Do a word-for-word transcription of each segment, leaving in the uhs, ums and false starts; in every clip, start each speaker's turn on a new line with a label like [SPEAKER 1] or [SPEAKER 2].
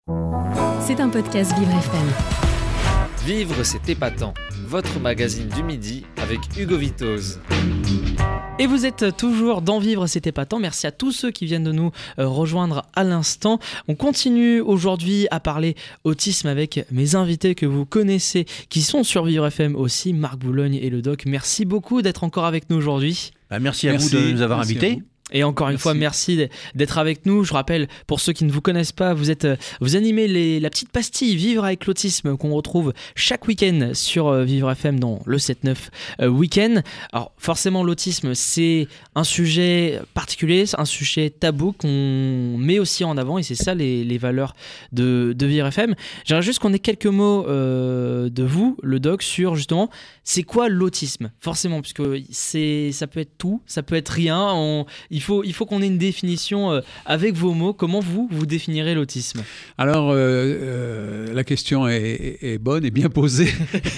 [SPEAKER 1] C'est un podcast Vivre F M.
[SPEAKER 2] Vivre, c'est épatant. Votre magazine du midi avec Hugo Vitoz.
[SPEAKER 3] Et vous êtes toujours dans Vivre, c'est épatant. Merci à tous ceux qui viennent de nous rejoindre à l'instant. On continue aujourd'hui à parler autisme avec mes invités que vous connaissez, qui sont sur Vivre F M aussi, Marc Boulogne et le Doc. Merci beaucoup d'être encore avec nous aujourd'hui.
[SPEAKER 4] Bah, merci à
[SPEAKER 5] merci.
[SPEAKER 4] vous de nous avoir
[SPEAKER 5] Merci
[SPEAKER 4] invités.
[SPEAKER 3] Et encore une
[SPEAKER 5] Merci.
[SPEAKER 3] fois, merci d'être avec nous. Je rappelle, pour ceux qui ne vous connaissent pas, vous êtes, vous animez les, la petite pastille Vivre avec l'autisme qu'on retrouve chaque week-end sur Vivre F M dans le sept neuf week-end. Alors forcément, l'autisme, c'est un sujet particulier, c'est un sujet tabou qu'on met aussi en avant et c'est ça les, les valeurs de, de Vivre F M. J'aimerais juste qu'on ait quelques mots euh, de vous, le doc, sur justement, c'est quoi l'autisme ? Forcément, puisque c'est, ça peut être tout, ça peut être rien. On, Il faut, il faut qu'on ait une définition euh, avec vos mots. Comment vous, vous définirez l'autisme ?
[SPEAKER 5] Alors, euh, euh, la question est, est bonne et bien posée.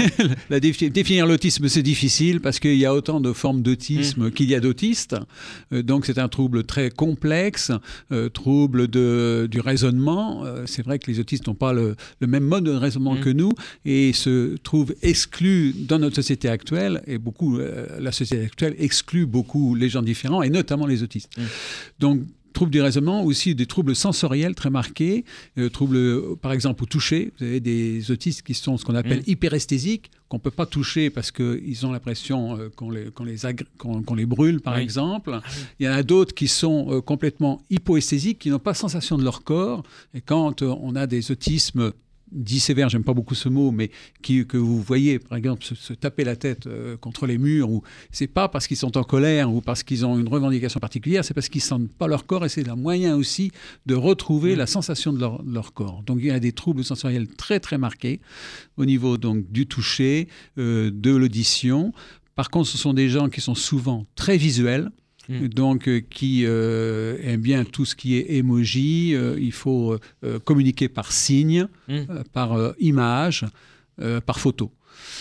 [SPEAKER 5] la défi- définir l'autisme, c'est difficile parce qu'il y a autant de formes d'autisme mmh. qu'il y a d'autistes. Euh, donc, c'est un trouble très complexe, euh, trouble de, du raisonnement. Euh, c'est vrai que les autistes n'ont pas le, le même mode de raisonnement mmh. que nous et se trouvent exclus dans notre société actuelle. Et beaucoup, euh, la société actuelle exclut beaucoup les gens différents et notamment les autistes. Mmh. Donc, troubles du raisonnement, aussi des troubles sensoriels très marqués, euh, troubles, euh, par exemple, au toucher. Vous avez des autistes qui sont ce qu'on appelle mmh. hyperesthésiques, qu'on ne peut pas toucher parce qu'ils ont l'impression euh, qu'on, les, qu'on, les agr- qu'on, qu'on les brûle, par oui. exemple. Ah, oui. Il y en a d'autres qui sont euh, complètement hypoesthésiques, qui n'ont pas sensation de leur corps. Et quand euh, on a des autismes dit sévère, j'aime pas beaucoup ce mot, mais qui, que vous voyez, par exemple, se, se taper la tête euh, contre les murs, ou c'est pas parce qu'ils sont en colère ou parce qu'ils ont une revendication particulière, c'est parce qu'ils sentent pas leur corps et c'est un moyen aussi de retrouver mmh. la sensation de leur, de leur corps. Donc il y a des troubles sensoriels très très marqués au niveau donc du toucher, euh, de l'audition. Par contre, ce sont des gens qui sont souvent très visuels. Mmh. Donc, euh, qui euh, aime bien tout ce qui est emoji. Euh, il faut euh, communiquer par signe, mmh. euh, par euh, image, euh, par photo.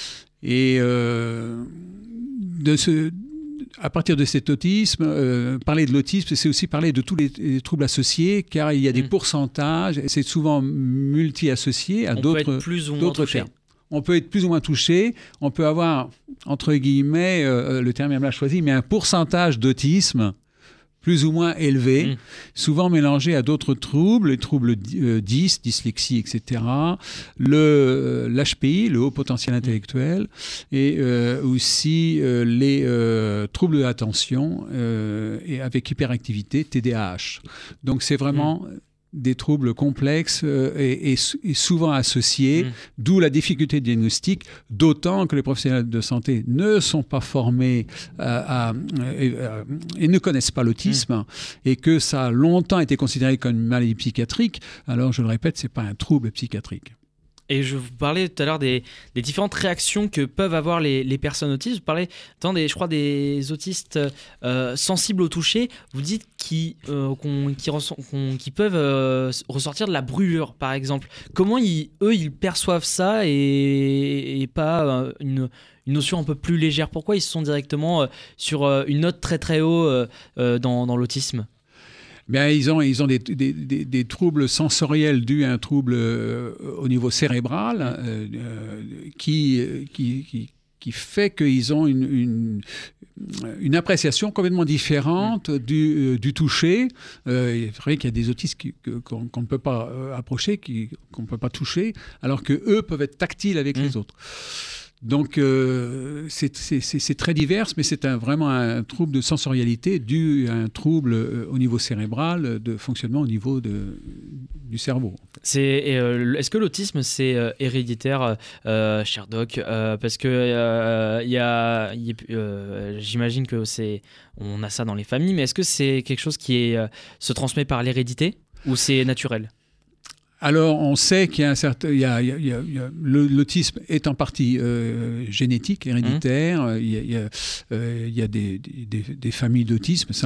[SPEAKER 5] Et euh, de ce, à partir de cet autisme, euh, parler de l'autisme, c'est aussi parler de tous les, les troubles associés, car il y a des mmh. pourcentages, et c'est souvent multi-associé à
[SPEAKER 3] On
[SPEAKER 5] d'autres,
[SPEAKER 3] peut être plus ou moins
[SPEAKER 5] d'autres
[SPEAKER 3] touché.
[SPEAKER 5] termes. On peut être plus ou moins touché, on peut avoir, entre guillemets, euh, le terme est mal choisi, mais un pourcentage d'autisme plus ou moins élevé, mmh. souvent mélangé à d'autres troubles, les troubles euh, dys, dyslexie, et cetera, le, euh, l'H P I, le haut potentiel intellectuel, mmh. et euh, aussi euh, les euh, troubles de l'attention euh, et avec hyperactivité, T D A H. Donc c'est vraiment... Mmh. des troubles complexes euh, et, et, et souvent associés, mmh. d'où la difficulté de diagnostic, d'autant que les professionnels de santé ne sont pas formés à, à, à, à, et ne connaissent pas l'autisme, mmh. et que ça a longtemps été considéré comme une maladie psychiatrique. Alors, je le répète, ce n'est pas un trouble psychiatrique.
[SPEAKER 3] Et je vous parlais tout à l'heure des, des différentes réactions que peuvent avoir les, les personnes autistes. Vous parlez, des, je crois, des autistes euh, sensibles au toucher. Vous dites qui, euh, qu'on, qui, ressent, qu'on, qui peuvent euh, ressortir de la brûlure, par exemple. Comment ils, eux, ils perçoivent ça et, et pas euh, une, une notion un peu plus légère ? Pourquoi ils se sont directement euh, sur euh, une note très très haut euh, euh, dans, dans l'autisme ?
[SPEAKER 5] Bien, ils ont, ils ont des, des, des, des troubles sensoriels dus à un trouble euh, au niveau cérébral euh, euh, qui, qui, qui, qui fait qu'ils ont une, une, une appréciation complètement différente mmh. du, euh, du toucher. Euh, il est vrai qu'il y a des autistes qui, que, qu'on, qu'on ne peut pas euh, approcher, qui, qu'on ne peut pas toucher, alors qu'eux peuvent être tactiles avec mmh. les autres. Donc, euh, c'est, c'est, c'est, c'est très divers, mais c'est un, vraiment un trouble de sensorialité dû à un trouble euh, au niveau cérébral, de fonctionnement au niveau de, du cerveau.
[SPEAKER 3] C'est, euh, est-ce que l'autisme, c'est euh, héréditaire, euh, cher Doc euh, Parce que euh, y a, y a, euh, j'imagine que c'est, on a ça dans les familles, mais est-ce que c'est quelque chose qui est, euh, se transmet par l'hérédité ou c'est naturel ?
[SPEAKER 5] Alors, on sait qu'il y a un certain, il y a, il y a, il y a, il y a, l'autisme est en partie euh, génétique, héréditaire. Mmh. Il y a, il y a, euh, il y a des, des, des familles d'autisme, ça on est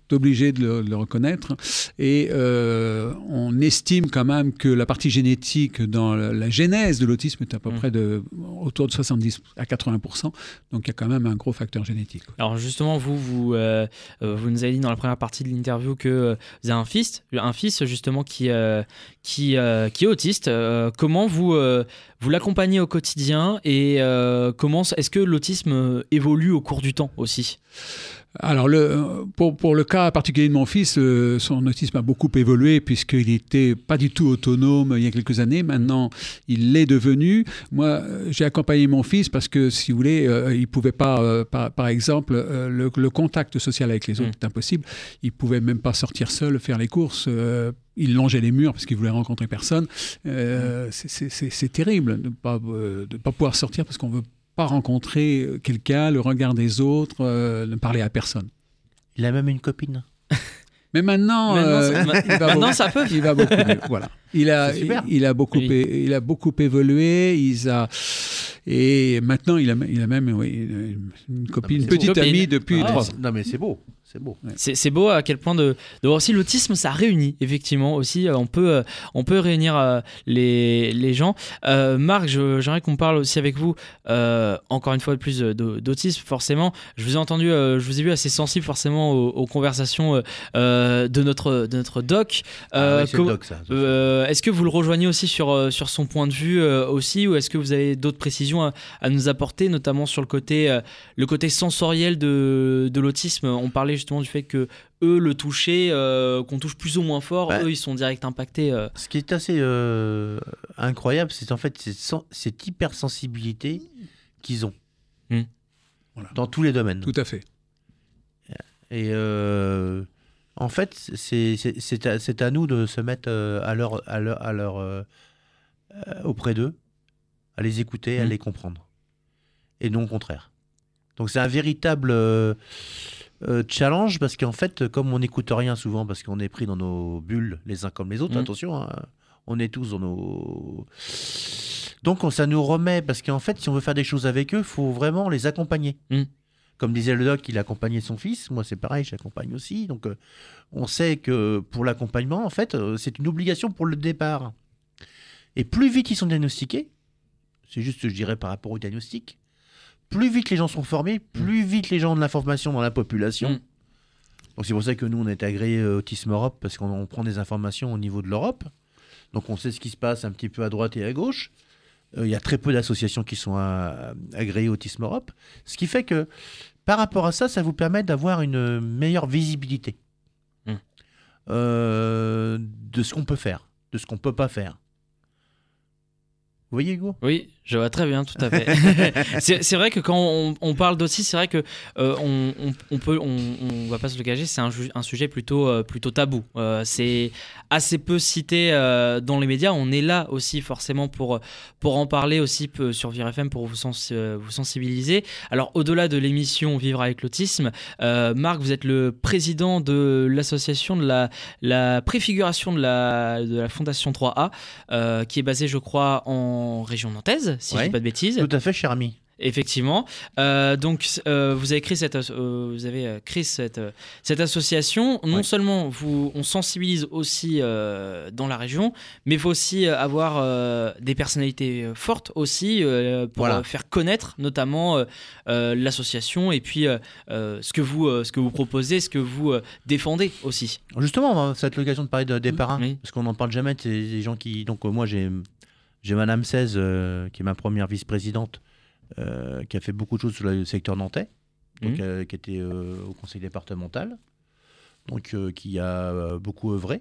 [SPEAKER 5] obligé de le, de le reconnaître. Et euh, on estime quand même que la partie génétique dans la, la genèse de l'autisme est à peu mmh. près de, autour de soixante-dix à quatre-vingts pour cent. Donc il y a quand même un gros facteur génétique.
[SPEAKER 3] Alors justement, vous, vous, euh, vous nous avez dit dans la première partie de l'interview que euh, vous avez un fils, un fils justement qui, euh, qui, euh, qui est autiste. Euh, comment vous, euh, vous l'accompagnez au quotidien et euh, comment est-ce que l'autisme évolue au cours du temps aussi ?
[SPEAKER 5] Alors, le, pour, pour le cas particulier de mon fils, euh, son autisme a beaucoup évolué puisqu'il n'était pas du tout autonome il y a quelques années. Maintenant, il l'est devenu. Moi, euh, j'ai accompagné mon fils parce que, si vous voulez, euh, il ne pouvait pas, euh, par, par exemple, euh, le, le contact social avec les autres mmh. est impossible. Il ne pouvait même pas sortir seul, faire les courses. Euh, il longeait les murs parce qu'il voulait rencontrer personne. Euh, mmh. c'est, c'est, c'est, c'est terrible de ne pas, euh, de pas pouvoir sortir parce qu'on veut pas rencontrer quelqu'un, le regard des autres, euh, ne parler à personne.
[SPEAKER 4] Il a même une copine.
[SPEAKER 5] Mais maintenant,
[SPEAKER 3] maintenant,
[SPEAKER 5] euh,
[SPEAKER 3] il va maintenant
[SPEAKER 5] beaucoup,
[SPEAKER 3] ça peut.
[SPEAKER 5] Il va beaucoup mieux. Voilà. Il a, il, il a beaucoup,
[SPEAKER 3] oui.
[SPEAKER 5] é, il a beaucoup évolué. Il a, et maintenant, il a, il a même oui, une, une copine, une petite
[SPEAKER 3] copine.
[SPEAKER 5] amie depuis
[SPEAKER 4] ah,
[SPEAKER 5] trois ans.
[SPEAKER 4] Non mais c'est beau. C'est beau.
[SPEAKER 3] Ouais. C'est, c'est beau à quel point de, de voir aussi l'autisme, ça réunit effectivement aussi. On peut, on peut réunir euh, les, les gens. Euh, Marc, je, j'aimerais qu'on parle aussi avec vous, euh, encore une fois de plus d'autisme, forcément. Je vous ai entendu, euh, je vous ai vu assez sensible forcément aux, aux conversations euh, de, notre, de notre doc.
[SPEAKER 4] Euh, ah ouais, c'est co- le doc ça.
[SPEAKER 3] Euh, est-ce que vous le rejoignez aussi sur, sur son point de vue euh, aussi, ou est-ce que vous avez d'autres précisions à, à nous apporter, notamment sur le côté, euh, le côté sensoriel de, de l'autisme? On parlait justement du fait que eux le toucher, euh, qu'on touche plus ou moins fort, bah, eux ils sont direct impactés. Euh.
[SPEAKER 4] Ce qui est assez euh, incroyable, c'est en fait cette, cette hypersensibilité qu'ils ont mmh. voilà. dans tous les domaines.
[SPEAKER 5] Tout à fait.
[SPEAKER 4] Et euh, en fait, c'est, c'est, c'est, à, c'est à nous de se mettre à leur, à leur, à leur, euh, auprès d'eux, à les écouter, mmh. à les comprendre, et non au contraire. Donc c'est un véritable euh, Euh, challenge parce qu'en fait, comme on n'écoute rien souvent parce qu'on est pris dans nos bulles les uns comme les autres, mmh. attention, hein, on est tous dans nos... Donc on, ça nous remet, parce qu'en fait, si on veut faire des choses avec eux, il faut vraiment les accompagner. Mmh. Comme disait le doc, il accompagnait son fils, moi c'est pareil, j'accompagne aussi. Donc euh, on sait que pour l'accompagnement, en fait, euh, c'est une obligation pour le départ. Et plus vite ils sont diagnostiqués, c'est juste, je dirais, par rapport au diagnostic, plus vite les gens sont formés, plus vite les gens ont de l'information dans la population. Mmh. Donc c'est pour ça que nous, on est agréé Autisme Europe, parce qu'on on prend des informations au niveau de l'Europe. Donc on sait ce qui se passe un petit peu à droite et à gauche. Il euh, y a très peu d'associations qui sont à, à, agréées Autisme Europe. Ce qui fait que, par rapport à ça, ça vous permet d'avoir une meilleure visibilité mmh. euh, de ce qu'on peut faire, de ce qu'on ne peut pas faire. Vous voyez, Hugo ?
[SPEAKER 3] Oui, je vois très bien, tout à fait. c'est, c'est vrai que quand on, on parle d'autisme, c'est vrai que euh, on, on, on peut, on, on va pas se le cacher, c'est un, un sujet plutôt, euh, plutôt tabou. Euh, c'est assez peu cité euh, dans les médias. On est là aussi forcément pour, pour en parler aussi peu, sur Vivre F M pour vous, sens, euh, vous sensibiliser. Alors au-delà de l'émission Vivre avec l'autisme, euh, Marc, vous êtes le président de l'association de la, la préfiguration de la, de la Fondation trois A, euh, qui est basée, je crois, en en région nantaise, si ouais, je ne dis pas de bêtises.
[SPEAKER 4] Tout à fait, cher ami.
[SPEAKER 3] Effectivement. Euh, donc, euh, vous avez créé cette, euh, vous avez créé cette, euh, cette association. Non ouais. seulement vous, on sensibilise aussi euh, dans la région, mais il faut aussi avoir euh, des personnalités fortes aussi euh, pour voilà. faire connaître notamment euh, euh, l'association et puis euh, euh, ce que vous, euh, ce que vous proposez, ce que vous euh, défendez aussi.
[SPEAKER 4] Justement, ça va être l'occasion de parler de, des parrains,
[SPEAKER 3] oui.
[SPEAKER 4] parce qu'on n'en parle jamais. C'est des gens qui, donc euh, moi j'ai, j'ai Madame seize euh, qui est ma première vice-présidente. Euh, qui a fait beaucoup de choses sur le secteur nantais, donc, mmh. euh, qui était euh, au conseil départemental, donc euh, qui a euh, beaucoup œuvré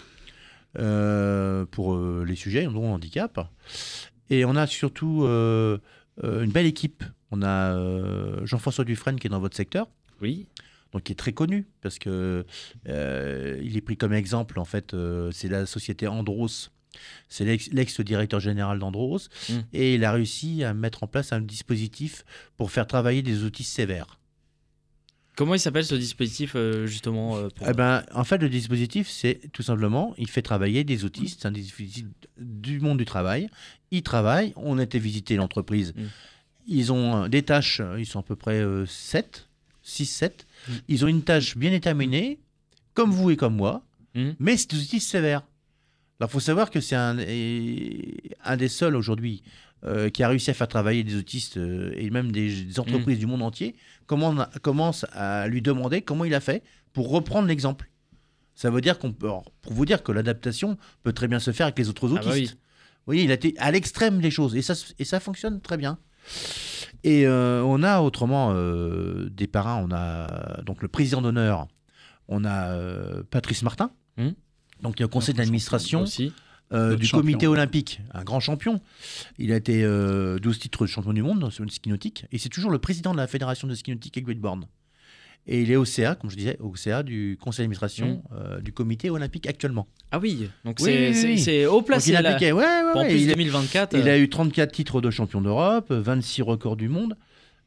[SPEAKER 4] euh, pour euh, les sujets, dont le handicap. Et on a surtout euh, euh, une belle équipe. On a euh, Jean-François Dufresne qui est dans votre secteur,
[SPEAKER 3] oui,
[SPEAKER 4] donc qui est très connu parce que euh, il est pris comme exemple. En fait, euh, c'est la société Andros. C'est l'ex, l'ex-directeur général d'Andros mmh. et il a réussi à mettre en place un dispositif pour faire travailler des autistes sévères.
[SPEAKER 3] Comment il s'appelle ce dispositif euh, justement euh, pour...
[SPEAKER 4] eh ben, en fait, le dispositif, c'est tout simplement, il fait travailler des autistes, c'est un dispositif du monde du travail. Ils travaillent, on a été visiter l'entreprise, mmh. ils ont des tâches, ils sont à peu près euh, sept, six, sept. Mmh. Ils ont une tâche bien déterminée comme vous et comme moi,
[SPEAKER 3] Mmh.
[SPEAKER 4] mais c'est des autistes sévères. Alors, il faut savoir que c'est un, et- un des seuls aujourd'hui euh, qui a réussi à faire travailler des autistes euh, et même des, des entreprises du monde entier. Comment on a- commence à lui demander comment il a fait pour reprendre l'exemple. Ça veut dire qu'on peut, alors, pour vous dire que l'adaptation peut très bien se faire avec les autres
[SPEAKER 3] Ah
[SPEAKER 4] autistes.
[SPEAKER 3] bah oui.
[SPEAKER 4] Vous voyez, il a été à l'extrême des choses et ça, et ça fonctionne très bien. Et euh, on a autrement euh, des parrains. On a donc le président d'honneur. On a euh, Patrice Martin,
[SPEAKER 3] Mmh.
[SPEAKER 4] donc le conseil d'administration
[SPEAKER 3] Aussi.
[SPEAKER 4] euh,
[SPEAKER 5] Notre
[SPEAKER 4] du
[SPEAKER 5] champion.
[SPEAKER 4] comité olympique, un grand champion. Il a été euh, douze titres de champion du monde sur le ski nautique et c'est toujours le président de la fédération de ski nautique et wakeboard. Et il est au C A, comme je disais, au C A du conseil d'administration euh, du comité olympique actuellement.
[SPEAKER 3] Ah oui, donc
[SPEAKER 4] Oui,
[SPEAKER 3] c'est
[SPEAKER 4] oui,
[SPEAKER 3] c'est-
[SPEAKER 4] oui.
[SPEAKER 3] c'est haut
[SPEAKER 4] Donc
[SPEAKER 3] placé
[SPEAKER 4] il a
[SPEAKER 3] là.
[SPEAKER 4] appliqué, ouais, ouais,
[SPEAKER 3] En
[SPEAKER 4] ouais,
[SPEAKER 3] plus
[SPEAKER 4] il, a,
[SPEAKER 3] deux mille vingt-quatre.
[SPEAKER 4] il
[SPEAKER 3] euh,
[SPEAKER 4] a eu trente-quatre titres de champion d'Europe, vingt-six records du monde.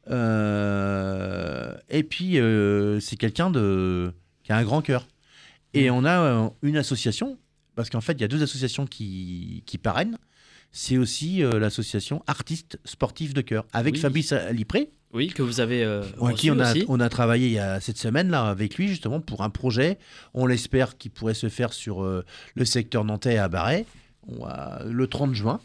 [SPEAKER 4] Euh, et puis, euh, c'est quelqu'un de, qui a un grand cœur. Et
[SPEAKER 3] Mm.
[SPEAKER 4] on a euh, une association, parce qu'en fait, il y a deux associations qui, qui parrainent. C'est aussi euh, l'association Artistes Sportifs de Cœur, avec
[SPEAKER 3] Oui.
[SPEAKER 4] Fabrice Lipré,
[SPEAKER 3] Oui, que vous avez euh,
[SPEAKER 4] avec
[SPEAKER 3] reçu
[SPEAKER 4] qui on a,
[SPEAKER 3] aussi.
[SPEAKER 4] on a travaillé il y a cette semaine là avec lui justement pour un projet. On l'espère qu'il pourrait se faire sur euh, le secteur nantais à Barret on va- le trente juin.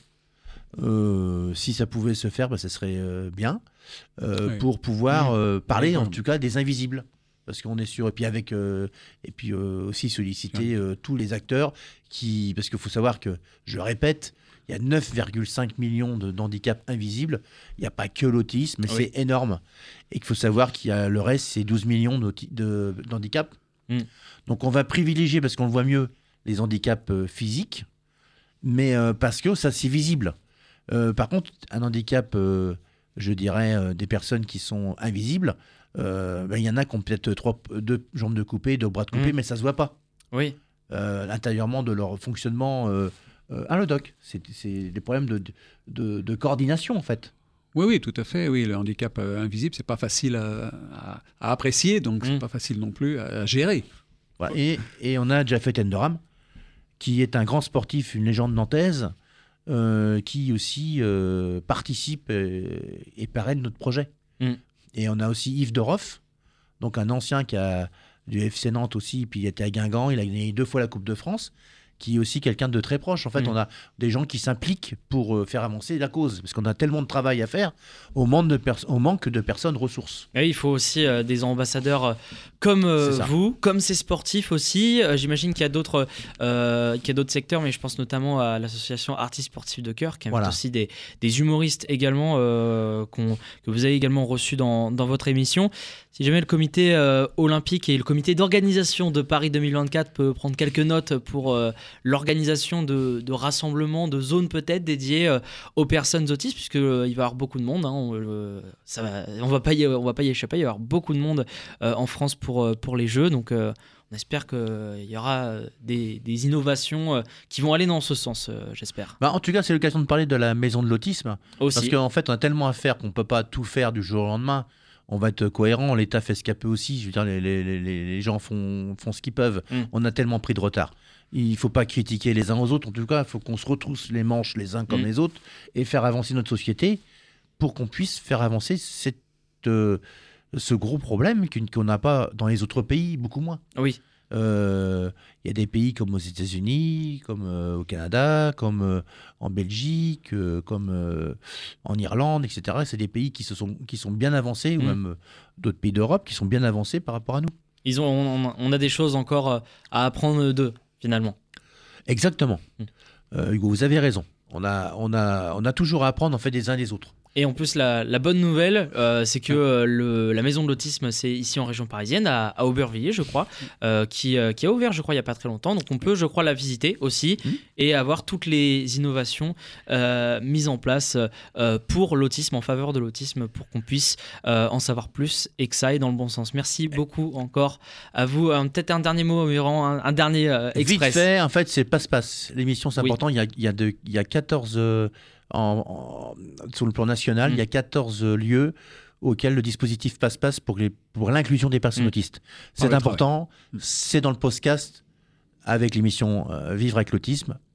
[SPEAKER 4] Euh, si ça pouvait se faire, bah, ça serait euh, bien euh,
[SPEAKER 5] Oui.
[SPEAKER 4] pour pouvoir
[SPEAKER 5] Mmh.
[SPEAKER 4] euh, parler
[SPEAKER 5] Oui,
[SPEAKER 4] en
[SPEAKER 5] quand
[SPEAKER 4] tout cas des invisibles. Parce qu'on est sûr, et puis avec, euh, et puis euh, aussi solliciter euh, tous les acteurs qui, parce qu'il faut savoir que, je répète, il y a neuf virgule cinq millions de, d'handicaps invisibles. Il n'y a pas que l'autisme, mais
[SPEAKER 3] Oui.
[SPEAKER 4] c'est énorme. Et qu'il faut savoir qu'il y a le reste, c'est douze millions d'auti- de, d'handicaps.
[SPEAKER 3] Mm.
[SPEAKER 4] Donc on va privilégier, parce qu'on le voit mieux, les handicaps euh, physiques, mais euh, parce que ça, c'est visible. Euh, par contre, un handicap, euh, je dirais, euh, des personnes qui sont invisibles, euh, ben, il y en a qui ont peut-être trois, deux jambes de coupé, deux bras de coupé,
[SPEAKER 3] Mm.
[SPEAKER 4] mais ça se voit pas
[SPEAKER 3] Oui.
[SPEAKER 4] euh, intérieurement de leur fonctionnement euh, euh, à l'O D O C. C'est, c'est des problèmes de, de, de coordination, en fait.
[SPEAKER 5] Oui, oui, tout à fait. Oui, le handicap euh, invisible, c'est pas facile à, à- à apprécier, donc c'est
[SPEAKER 3] Mm.
[SPEAKER 5] pas facile non plus à, à gérer.
[SPEAKER 4] Voilà. Et, et on a Jafet Enderam, qui est un grand sportif, une légende nantaise, euh, qui aussi euh, participe et, et parraine notre projet.
[SPEAKER 3] Mm.
[SPEAKER 4] Et on a aussi Yves Doroff, donc un ancien qui a du F C Nantes aussi, puis il était à Guingamp, il a gagné deux fois la Coupe de France, qui est aussi quelqu'un de très proche. En fait,
[SPEAKER 3] Mm.
[SPEAKER 4] on a des gens qui s'impliquent pour euh, faire avancer la cause, parce qu'on a tellement de travail à faire au manque de, pers- au manque de personnes ressources.
[SPEAKER 3] Et il faut aussi euh, des ambassadeurs euh, comme euh,
[SPEAKER 4] C'est ça.
[SPEAKER 3] vous, comme ces sportifs aussi. Euh, J'imagine qu'il y a d'autres euh, qu'il y a d'autres secteurs, mais je pense notamment à l'association Artistes Sportifs de Cœur, qui invite
[SPEAKER 4] Voilà.
[SPEAKER 3] aussi des, des humoristes également, euh, qu'on- que vous avez également reçus dans, dans votre émission. Si jamais le comité euh, olympique et le comité d'organisation de Paris deux mille vingt-quatre peut prendre quelques notes pour euh, l'organisation de, de rassemblements, de zones peut-être dédiées euh, aux personnes autistes, puisque euh, il va y avoir beaucoup de monde. Hein, on, euh, ça va, on va pas y, on va pas y échapper. Il va y avoir beaucoup de monde euh, en France pour euh, pour les Jeux, donc euh, on espère qu'il y aura euh, des, des innovations euh, qui vont aller dans ce sens, euh, j'espère.
[SPEAKER 4] Bah, en tout cas, c'est l'occasion de parler de la maison de l'autisme.
[SPEAKER 3] Aussi.
[SPEAKER 4] Parce qu'en fait, on a tellement à faire qu'on ne peut pas tout faire du jour au lendemain. On va être cohérent, l'État fait ce qu'il peut aussi. Je veux dire, les, les, les, les gens font, font ce qu'ils peuvent.
[SPEAKER 3] Mm.
[SPEAKER 4] On a tellement pris de retard. Il ne faut pas critiquer les uns aux autres. En tout cas, il faut qu'on se retrousse les manches les uns comme
[SPEAKER 3] Mm.
[SPEAKER 4] les autres et faire avancer notre société pour qu'on puisse faire avancer cette, euh, ce gros problème qu'une- qu'on n'a pas dans les autres pays, beaucoup moins.
[SPEAKER 3] Oui.
[SPEAKER 4] Euh, Il y a des pays comme aux États-Unis, comme euh, au Canada, comme euh, en Belgique, euh, comme euh, en Irlande, et cetera. C'est des pays qui, se sont, qui sont bien avancés, ou
[SPEAKER 3] Mm.
[SPEAKER 4] même euh, d'autres pays d'Europe qui sont bien avancés par rapport à nous.
[SPEAKER 3] Ils ont, on, on a des choses encore euh, à apprendre d'eux finalement.
[SPEAKER 4] Exactement.
[SPEAKER 3] Mm.
[SPEAKER 4] Euh, Hugo, vous avez raison. On a, on, a, on a toujours à apprendre en fait des uns des autres.
[SPEAKER 3] Et en plus, la, la bonne nouvelle, euh, c'est que euh, le, la maison de l'autisme, c'est ici en région parisienne, à, à Aubervilliers, je crois, euh, qui, euh, qui a ouvert, je crois, il n'y a pas très longtemps. Donc on peut, je crois, la visiter aussi
[SPEAKER 4] Mmh.
[SPEAKER 3] et avoir toutes les innovations euh, mises en place euh, pour l'autisme, en faveur de l'autisme, pour qu'on puisse euh, en savoir plus et que ça aille dans le bon sens. Merci beaucoup encore à vous. Euh, Peut-être un dernier mot, Miran, un, un dernier euh,
[SPEAKER 4] Vite
[SPEAKER 3] express.
[SPEAKER 4] fait, en fait, c'est passe-passe. L'émission, c'est
[SPEAKER 3] Oui.
[SPEAKER 4] important. Il y a, il y a, de, il y a quatorze, euh, en, en- sur le plan national,
[SPEAKER 3] Mm.
[SPEAKER 4] il y a quatorze lieux auxquels le dispositif passe-passe pour, les- pour l'inclusion des personnes
[SPEAKER 3] Mm.
[SPEAKER 4] autistes. C'est
[SPEAKER 5] le
[SPEAKER 4] important. C'est dans le podcast avec l'émission euh, Vivre avec l'autisme.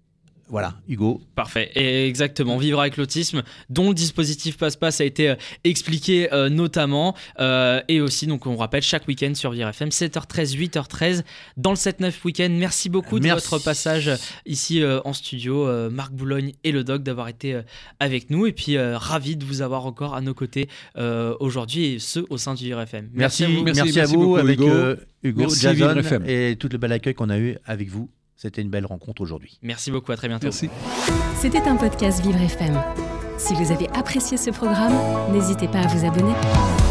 [SPEAKER 4] Voilà, Hugo.
[SPEAKER 3] Parfait, et exactement, vivre avec l'autisme, dont le dispositif Passe-Passe a été euh, expliqué euh, notamment, euh, et aussi, donc on rappelle, chaque week-end sur Vivre F M, sept heures treize, huit heures treize, dans le sept neuf Week-end. Merci beaucoup
[SPEAKER 4] Merci.
[SPEAKER 3] de votre passage ici euh, en studio, euh, Marc Boulogne et le Doc, d'avoir été euh, avec nous, et puis euh, ravi de vous avoir encore à nos côtés euh, aujourd'hui, et ce, au sein du Vivre F M.
[SPEAKER 4] Merci,
[SPEAKER 3] Merci, à vous.
[SPEAKER 4] merci,
[SPEAKER 5] Merci,
[SPEAKER 4] à
[SPEAKER 5] merci
[SPEAKER 4] vous,
[SPEAKER 5] beaucoup,
[SPEAKER 4] avec
[SPEAKER 5] Hugo.
[SPEAKER 4] euh, Hugo,
[SPEAKER 5] Merci,
[SPEAKER 4] Jason
[SPEAKER 5] Vivre F M.
[SPEAKER 4] et tout le bel accueil qu'on a eu avec vous. C'était une belle rencontre aujourd'hui.
[SPEAKER 3] Merci beaucoup, à très bientôt.
[SPEAKER 5] Merci.
[SPEAKER 1] C'était un podcast Vivre F M. Si vous avez apprécié ce programme, n'hésitez pas à vous abonner.